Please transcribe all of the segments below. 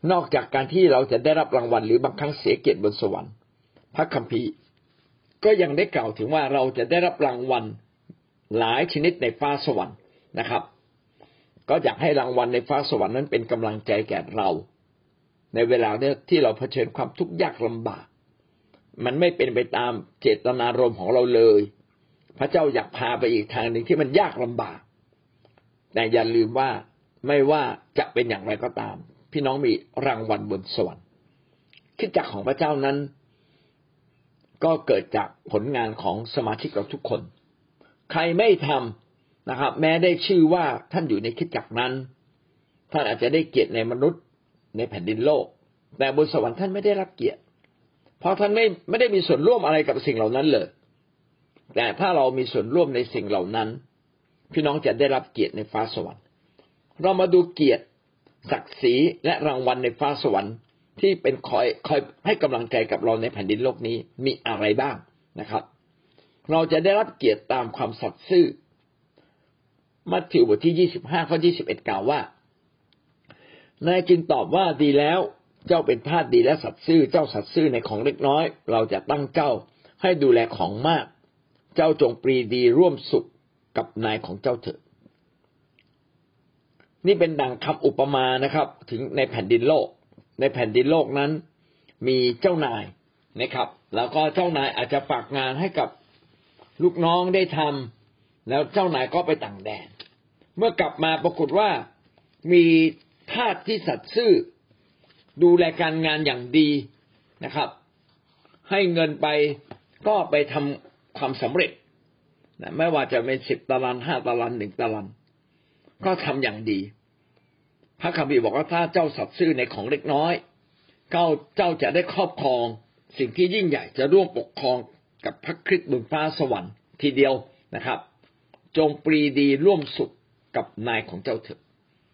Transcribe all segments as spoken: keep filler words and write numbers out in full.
นอกจากการที่เราจะได้รับรางวัลหรือบางครั้งเสียเกียรติบนสวรรค์พระคัมภีร์ก็ยังได้กล่าวถึงว่าเราจะได้รับรางวัลหลายชนิดในฟ้าสวรรค์นะครับก็อยากให้รางวัลในฟ้าสวรรค์นั้นเป็นกำลังใจแก่เราในเวลาที่เราเผชิญความทุกข์ยากลำบากมันไม่เป็นไปตามเจตนารมณ์ของเราเลยพระเจ้าอยากพาไปอีกทางหนึ่งที่มันยากลำบากแต่อย่าลืมว่าไม่ว่าจะเป็นอย่างไรก็ตามพี่น้องมีรางวัลบนสวรรค์คริสตจักรของพระเจ้านั้นก็เกิดจากผลงานของสมาชิกเราทุกคนใครไม่ทำนะครับแม้ได้ชื่อว่าท่านอยู่ในคริสตจักรนั้นท่านอาจจะได้เกียรติในมนุษย์ในแผ่นดินโลกแต่บนสวรรค์ท่านไม่ได้รับเกียรติเพราะท่านไม่ไม่ได้มีส่วนร่วมอะไรกับสิ่งเหล่านั้นเลยแต่ถ้าเรามีส่วนร่วมในสิ่งเหล่านั้นพี่น้องจะได้รับเกียรติในฟ้าสวรรค์เรามาดูเกียรติศักดิ์ศรีและรางวัลในฟ้าสวรรค์ที่เป็นคอยคอยให้กำลังใจกับเราในแผ่นดินโลกนี้มีอะไรบ้างนะครับเราจะได้รับเกียรติตามความสัตย์ซื่อมัทธิวบทที่ยี่สิบห้าข้อยี่สิบเอ็ดกล่าวว่านายจึงตอบว่าดีแล้วเจ้าเป็นทาสดีและสัตย์ซื่อเจ้าสัตย์ซื่อในของเล็กน้อยเราจะตั้งเจ้าให้ดูแลของมากเจ้าจงปรีดีร่วมสุขกับนายของเจ้าเถิดนี่เป็นดังคำอุปมานะครับถึงในแผ่นดินโลกในแผ่นดินโลกนั้นมีเจ้านายนะครับแล้วก็เจ้านายอาจจะฝากงานให้กับลูกน้องได้ทำแล้วเจ้านายก็ไปต่างแดนเมื่อกลับมาปรากฏว่ามีทาสที่สัตย์ซื่อดูแลการงานอย่างดีนะครับให้เงินไปก็ไปทำความสำเร็จนะไม่ว่าจะเป็นสิบตารางห้าตารางหนึ่งตารางก็ทำอย่างดีพระคัมภีร์บอกว่าถ้าเจ้าสัตย์ซื่อในของเล็กน้อยเจ้าเจ้าจะได้ครอบครองสิ่งที่ยิ่งใหญ่จะร่วมปกครองกับพระคริสต์บนฟ้าสวรรค์ทีเดียวนะครับจงปรีดีร่วมสุขกับนายของเจ้าเถิด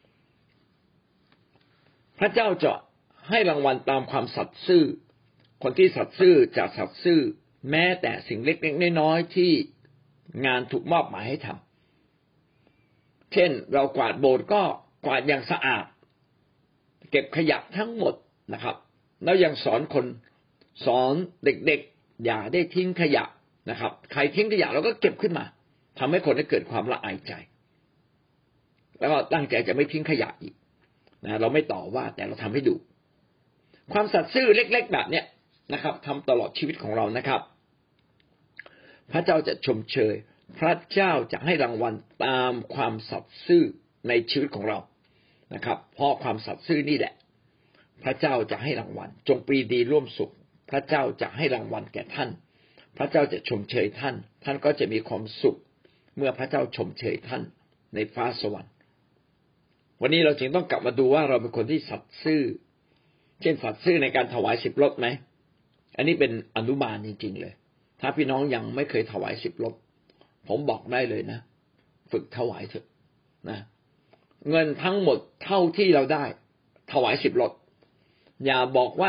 พระเจ้าจะให้รางวัลตามความสัตย์ซื่อคนที่สัตย์ซื่อจะสัตย์ซื่อแม้แต่สิ่งเล็กๆน้อยๆที่งานถูกมอบหมายให้ทำเช่นเรากวาดโบสถ์ก็กวาดอย่างสะอาดเก็บขยะทั้งหมดนะครับแล้วยังสอนคนสอนเด็กๆอย่าได้ทิ้งขยะนะครับใครทิ้งขยะเราก็เก็บขึ้นมาทำให้คนได้เกิดความละอายใจแล้วก็ตั้งใจจะไม่ทิ้งขยะอีกนะเราไม่ต่อว่าแต่เราทำให้ดูความสัตย์ซื่อเล็กๆแบบเนี้ยนะครับทำตลอดชีวิตของเรานะครับพระเจ้าจะชมเชยพระเจ้าจะให้รางวัลตามความสัตย์ซื่อในชีวิตของเรานะครับเพราะความสัตย์ซื่อนี่แหละพระเจ้าจะให้รางวัลจงปรีดีร่วมสุขพระเจ้าจะให้รางวัลแก่ท่านพระเจ้าจะชมเชยท่านท่านก็จะมีความสุขเมื่อพระเจ้าชมเชยท่านในฟ้าสวรรค์วันนี้เราจึงต้องกลับมาดูว่าเราเป็นคนที่สัตย์ซื่อเช่นสัตย์ซื่อในการถวายสิบรถไหมอันนี้เป็นอนุบาลจริงๆเลยถ้าพี่น้องยังไม่เคยถวายสิบรถผมบอกได้เลยนะฝึกถวายเถอะนะเงินทั้งหมดเท่าที่เราได้ถวายสิบรถอย่าบอกว่า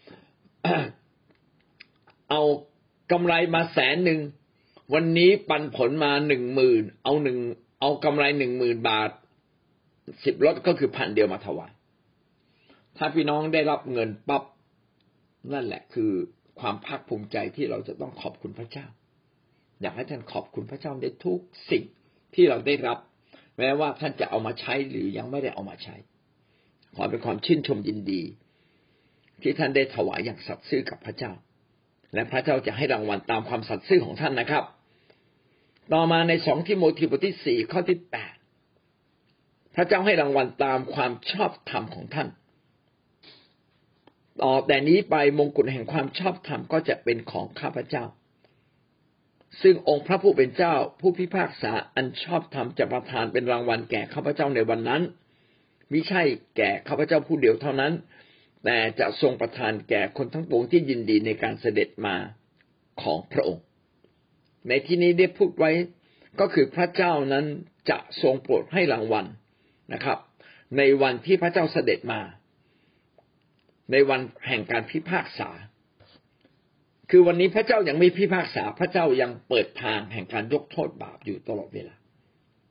เอากำไรมาแสนหนึ่งวันนี้ปันผลมาหนึ่งหมื่นเอาหนึ่งเอากำไรหนึ่งหมื่นบาทสิบรถก็คือพันเดียวมาถวายถ้าพี่น้องได้รับเงินปั๊บนั่นแหละคือความภาคภูมิใจที่เราจะต้องขอบคุณพระเจ้าอยากให้ท่านขอบคุณพระเจ้าในทุกสิ่งที่เราได้รับแม้ว่าท่านจะเอามาใช้หรือยังไม่ได้เอามาใช้ขอเป็นความชื่นชมยินดีที่ท่านได้ถวายอย่างสัตย์ซื่อกับพระเจ้าและพระเจ้าจะให้รางวัลตามความสัตย์ซื่อของท่านนะครับต่อมาในสองทิโมธีบทที่สี่ข้อที่แปดพระเจ้าให้รางวัลตามความชอบธรรมของท่านต่อแต่นี้ไปมงกุฎแห่งความชอบธรรมก็จะเป็นของข้าพเจ้าซึ่งองค์พระผู้เป็นเจ้าผู้พิพากษาอันชอบธรรมจะประทานเป็นรางวัลแก่ข้าพเจ้าในวันนั้นมิใช่แก่ข้าพเจ้าผู้เดียวเท่านั้นแต่จะทรงประทานแก่คนทั้งปวงที่ยินดีในการเสด็จมาของพระองค์ในที่นี้ได้พูดไว้ก็คือพระเจ้านั้นจะทรงโปรดให้รางวัลนะครับในวันที่พระเจ้าเสด็จมาในวันแห่งการพิพากษาคือวันนี้พระเจ้ายังไม่พิพากษาพระเจ้ายังเปิดทางแห่งการยกโทษบาปอยู่ตลอดเวลา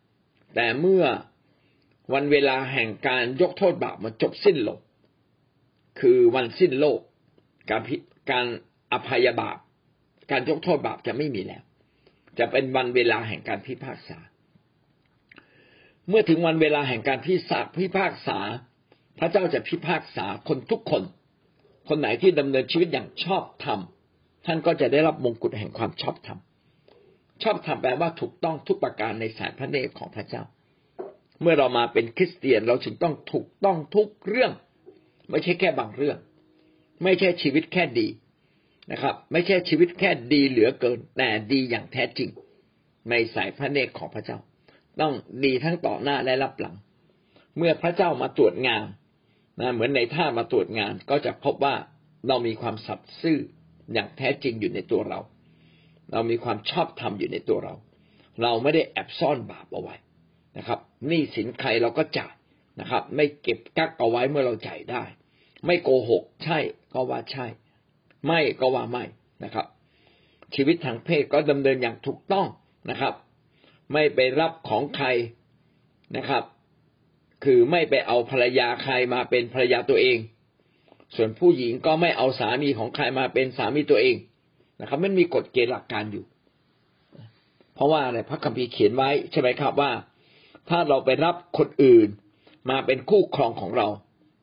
แต่เมื่อวันเวลาแห่งการยกโทษบาปมันจบสิ้นลงคือวันสิ้นโลกการการอภัยบาปการยกโทษบาปจะไม่มีแล้วจะเป็นวันเวลาแห่งการพิพากษาเมื่อถึงวันเวลาแห่งการพิพากษาพระเจ้าจะพิพากษาคนทุกคนคนไหนที่ดำเนินชีวิตอย่างชอบธรรมท่านก็จะได้รับมงกุฎแห่งความชอบธรรมชอบธรรมแปลว่าถูกต้องทุกประการในสายพระเนตรของพระเจ้าเมื่อเรามาเป็นคริสเตียนเราจึงต้องถูกต้องทุกเรื่องไม่ใช่แค่บางเรื่องไม่ใช่ชีวิตแค่ดีนะครับไม่ใช่ชีวิตแค่ดีเหลือเกินแต่ดีอย่างแท้จริงในสายพระเนตรของพระเจ้าต้องดีทั้งต่อหน้าและรับหลังเมื่อพระเจ้ามาตรวจงานนะเหมือนในท่ามาตรวจงานก็จะพบว่าเรามีความสัตย์ซื่ออย่างแท้จริงอยู่ในตัวเราเรามีความชอบธรรมอยู่ในตัวเราเราไม่ได้แอบซ่อนบาปเอาไว้นะครับหนี้สินใครเราก็จ่ายนะครับไม่เก็บกักเอาไว้เมื่อเราจ่ายได้ไม่โกหกใช่ก็ว่าใช่ไม่ก็ว่าไม่นะครับชีวิตทางเพศก็ดำเนินอย่างถูกต้องนะครับไม่ไปรับของใครนะครับคือไม่ไปเอาภรรยาใครมาเป็นภรรยาตัวเองส่วนผู้หญิงก็ไม่เอาสามีของใครมาเป็นสามีตัวเองนะครับมันมีกฎเกณฑ์หลักการอยู่เพราะว่าอะไรพระคัมภีร์เขียนไว้ใช่ไหมครับว่าถ้าเราไปรับคนอื่นมาเป็นคู่ครองของเรา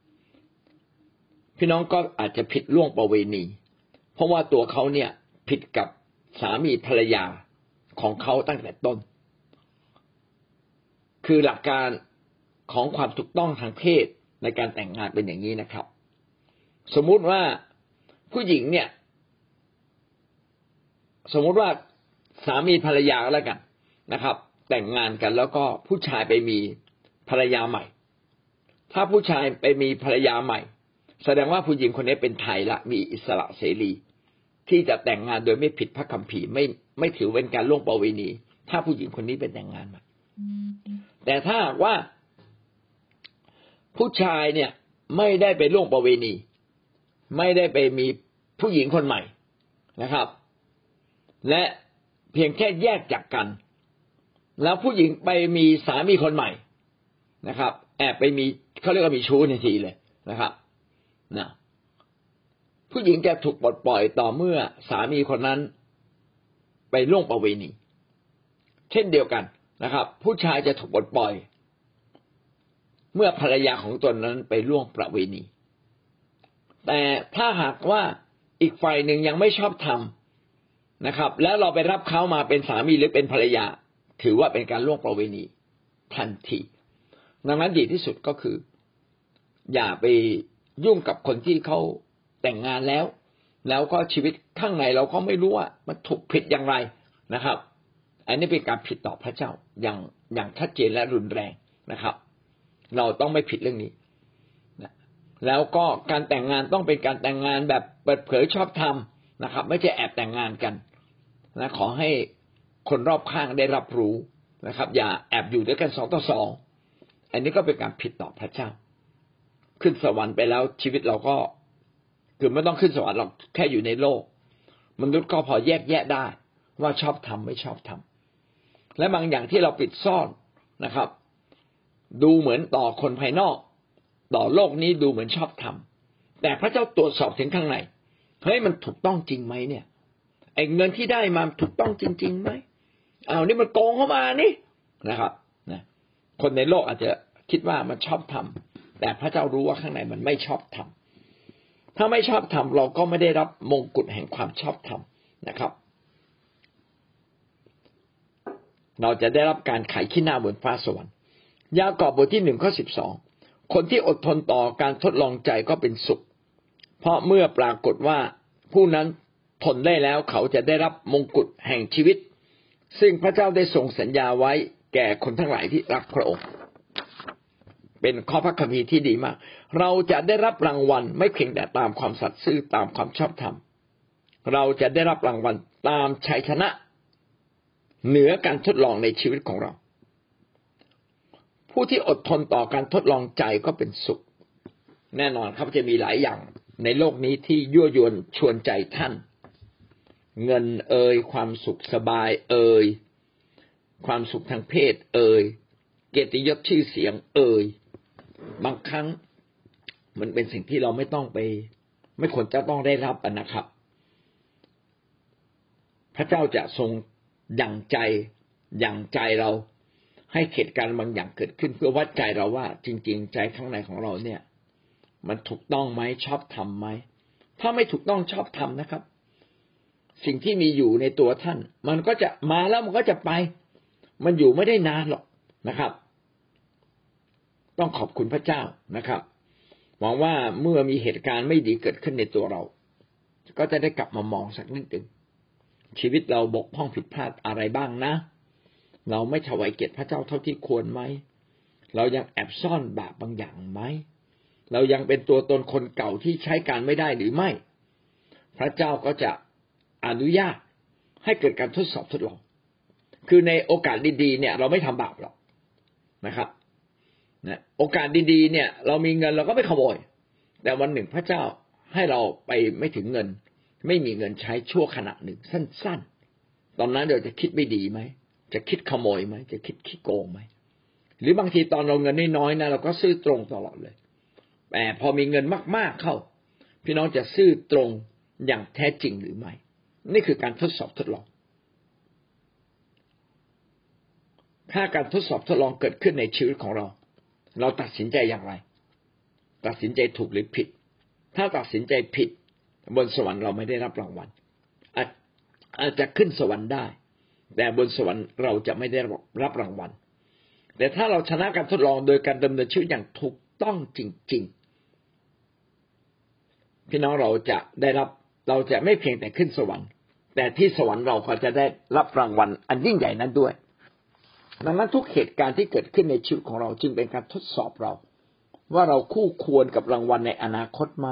พี่น้องก็อาจจะผิดล่วงประเวณีเพราะว่าตัวเขาเนี่ยผิดกับสามีภรรยาของเขาตั้งแต่ต้นคือหลักการของความถูกต้องทางเพศในการแต่งงานเป็นอย่างนี้นะครับสมมุติว่าผู้หญิงเนี่ยสมมุติว่าสามีภรรยาแล้วกันนะครับแต่งงานกันแล้วก็ผู้ชายไปมีภรรยาใหม่ถ้าผู้ชายไปมีภรรยาใหม่แสดงว่าผู้หญิงคนนี้เป็นไทยละมีอิสระเสรีที่จะแต่งงานโดยไม่ผิดพระคัมภีร์ไม่ไม่ถือเป็นการล่วงประเวณีถ้าผู้หญิงคนนี้เป็นแต่งงานใหม่แต่ถ้าว่าผู้ชายเนี่ยไม่ได้ไปล่วงประเวณีไม่ได้ไปมีผู้หญิงคนใหม่นะครับและเพียงแค่แยกจากกันแล้วผู้หญิงไปมีสามีคนใหม่นะครับแอบไปมีเขาเรียกว่ามีชู้ในทีเลยนะครับนะผู้หญิงจะถูกปลดปล่อยต่อเมื่อสามีคนนั้นไปล่วงประเวณีเช่นเดียวกันนะครับผู้ชายจะถูกปลดปล่อยเมื่อภรรยาของตนนั้นไปล่วงประเวณีแต่ถ้าหากว่าอีกฝ่ายหนึ่งยังไม่ชอบธรรมนะครับแล้วเราไปรับเขามาเป็นสามีหรือเป็นภรรยาถือว่าเป็นการล่วงประเวณีทันทีดังนั้นดีที่สุดก็คืออย่าไปยุ่งกับคนที่เขาแต่งงานแล้วแล้วก็ชีวิตข้างในเราก็ไม่รู้ว่ามันถูกผิดอย่างไรนะครับอันนี้เป็นการผิดต่อพระเจ้าอย่างอย่างชัดเจนและรุนแรงนะครับเราต้องไม่ผิดเรื่องนี้นะแล้วก็การแต่งงานต้องเป็นการแต่งงานแบบเปิดเผยชอบธรรมนะครับไม่ใช่แอบแต่งงานกันนะขอให้คนรอบข้างได้รับรู้นะครับอย่าแอบอยู่ด้วยกันสองต่อสองอันนี้ก็เป็นการผิดต่อพระเจ้าขึ้นสวรรค์ไปแล้วชีวิตเราก็คือไม่ต้องขึ้นสวรรค์หรอกแค่อยู่ในโลกมนุษย์ก็พอแยกแยะได้ว่าชอบทำไม่ชอบทำและบางอย่างที่เราปิดซ่อนนะครับดูเหมือนต่อคนภายนอกต่อโลกนี้ดูเหมือนชอบทำแต่พระเจ้าตรวจสอบถึงข้างในเฮ้ยมันถูกต้องจริงไหมเนี่ยไอ้เงินที่ได้มาถูกต้องจริงๆไหมอ้าวนี่มันโกงเข้ามานี่นะครับนะคนในโลกอาจจะคิดว่ามันชอบทำแต่พระเจ้ารู้ว่าข้างในมันไม่ชอบทำถ้าไม่ชอบทำเราก็ไม่ได้รับมงกุฎแห่งความชอบธรรมนะครับเราจะได้รับการไขขี้หน้าบนฟ้าสวรรค์ยากอบบทที่หนึ่งข้อสิบสองคนที่อดทนต่อการทดลองใจก็เป็นสุขเพราะเมื่อปรากฏว่าผู้นั้นทนได้แล้วเขาจะได้รับมงกุฎแห่งชีวิตซึ่งพระเจ้าได้ทรงสัญญาไว้แก่คนทั้งหลายที่รักพระองค์เป็นข้อพระคัมภีร์ที่ดีมากเราจะได้รับรางวัลไม่เพียงแต่ตามความสัตย์ซื่อตามความชอบธรรมเราจะได้รับรางวัลตามชัยชนะเหนือการทดลองในชีวิตของเราผู้ที่อดทนต่อการทดลองใจก็เป็นสุขแน่นอนครับจะมีหลายอย่างในโลกนี้ที่ยั่วยวนชวนใจท่านเงินเอ่ยความสุขสบายเอ่ยความสุขทางเพศเอ่ยเกียรติยศชื่อเสียงเอ่ยบางครั้งมันเป็นสิ่งที่เราไม่ต้องไปไม่ควรจะต้องได้รับนะครับพระเจ้าจะทรงยังใจยังใจเราให้เหตุการณ์บางอย่างเกิดขึ้นเพื่อวัดใจเราว่าจริงๆใจข้างในของเราเนี่ยมันถูกต้องไหมชอบทำไหมถ้าไม่ถูกต้องชอบทำนะครับสิ่งที่มีอยู่ในตัวท่านมันก็จะมาแล้วมันก็จะไปมันอยู่ไม่ได้นานหรอกนะครับต้องขอบคุณพระเจ้านะครับหวังว่าเมื่อมีเหตุการณ์ไม่ดีเกิดขึ้นในตัวเราก็จะได้กลับมามองสักนิดหนึ่งชีวิตเราบกพร่องผิดพลาดอะไรบ้างนะเราไม่ถวายเกียรติพระเจ้าเท่าที่ควรไหมเรายังแอบซ่อนบาปบางอย่างไหมเรายังเป็นตัวตนคนเก่าที่ใช้การไม่ได้หรือไม่พระเจ้าก็จะอนุญาตให้เกิดการทดสอบทดลองคือในโอกาสดีๆเนี่ยเราไม่ทำบาปหรอกนะครับนะโอกาสดีๆเนี่ยเรามีเงินเราก็ไม่ขโมยแต่วันหนึ่งพระเจ้าให้เราไปไม่ถึงเงินไม่มีเงินใช้ชั่วขณะหนึ่งสั้นๆตอนนั้นเราจะคิดไม่ดีไหมจะคิดขโมยไหมจะคิดขี้โกงไหมหรือบางทีตอนเราเงินน้อยๆนะเราก็ซื่อตรงตลอดเลยแต่พอมีเงินมากๆเข้าพี่น้องจะซื่อตรงอย่างแท้จริงหรือไม่นี่คือการทดสอบทดลองถ้าการทดสอบทดลองเกิดขึ้นในชีวิตของเราเราตัดสินใจอย่างไรตัดสินใจถูกหรือผิดถ้าตัดสินใจผิดบนสวรรค์เราไม่ได้รับรางวัลอาจอาจจะขึ้นสวรรค์ได้แต่บนสวรรค์เราจะไม่ได้รับรางวัลแต่ถ้าเราชนะการทดลองโดยการดำเนินชีวิตอย่างถูกต้องจริงๆพี่น้องเราจะได้รับเราจะไม่เพียงแต่ขึ้นสวรรค์แต่ที่สวรรค์เราก็จะได้รับรางวัลอันยิ่งใหญ่นั้นด้วยดังนั้นทุกเหตุการณ์ที่เกิดขึ้นในชีวิตของเราจึงเป็นการทดสอบเราว่าเราคู่ควรกับรางวัลในอนาคตไหม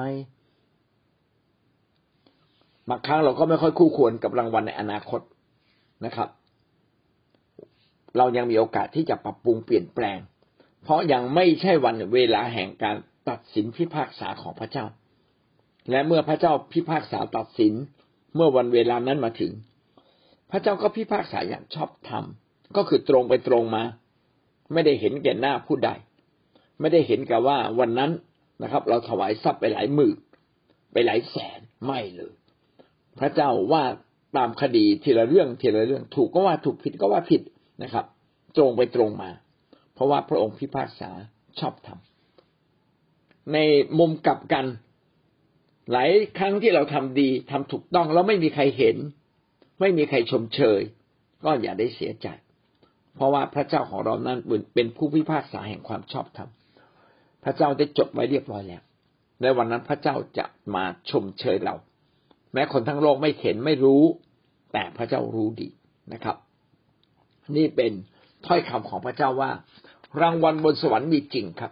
บางครั้งเราก็ไม่ค่อยคู่ควรกับรางวัลในอนาคตนะครับเรายังมีโอกาสที่จะปรับปรุงเปลี่ยนแปลงเพราะยังไม่ใช่วันเวลาแห่งการตัดสินพิพากษาของพระเจ้าและเมื่อพระเจ้าพิพากษาตัดสินเมื่อวันเวลานั้นมาถึงพระเจ้าก็พิพากษาอย่างชอบธรรมก็คือตรงไปตรงมาไม่ได้เห็นแก่หน้าผู้ใดไม่ได้เห็นกับว่าวันนั้นนะครับเราถวายทรัพย์ไปหลายหมื่นไปหลายแสนไม่เลยพระเจ้าว่าตามคดีทีละเรื่องทีละเรื่องถูกก็ว่าถูกผิดก็ว่าผิดนะครับตรงไปตรงมาเพราะว่าพระองค์พิพากษาชอบธรรมในมุมกลับกันหลายครั้งที่เราทำดีทำถูกต้องแล้วไม่มีใครเห็นไม่มีใครชมเชยก็อย่าได้เสียใจเพราะว่าพระเจ้าของเรานั้นเป็นผู้พิพากษาแห่งความชอบธรรมพระเจ้าได้จดไว้เรียบร้อยแล้วในวันนั้นพระเจ้าจะมาชมเชยเราแม้คนทั้งโลกไม่เห็นไม่รู้แต่พระเจ้ารู้ดีนะครับนี่เป็นถ้อยคำของพระเจ้าว่ารางวัลบนสวรรค์มีจริงครับ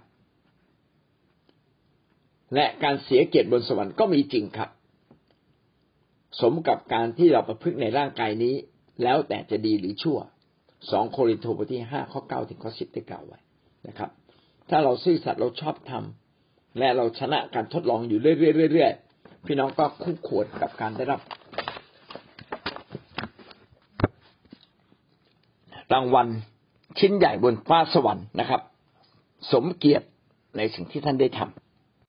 และการเสียเกียรติบนสวรรค์ก็มีจริงครับสมกับการที่เราประพฤติในร่างกายนี้แล้วแต่จะดีหรือชั่วสองโครินธ์บทที่ห้าข้อเก้าถึงข้อสิบได้กล่าวไว้นะครับถ้าเราซื่อสัตย์เราชอบธรรมและเราชนะการทดลองอยู่เรื่อยๆๆพี่น้องก็คู่ควรกับการได้รับรางวัลชิ้นใหญ่บนฟ้าสวรรค์นะครับสมเกียรติในสิ่งที่ท่านได้ทำ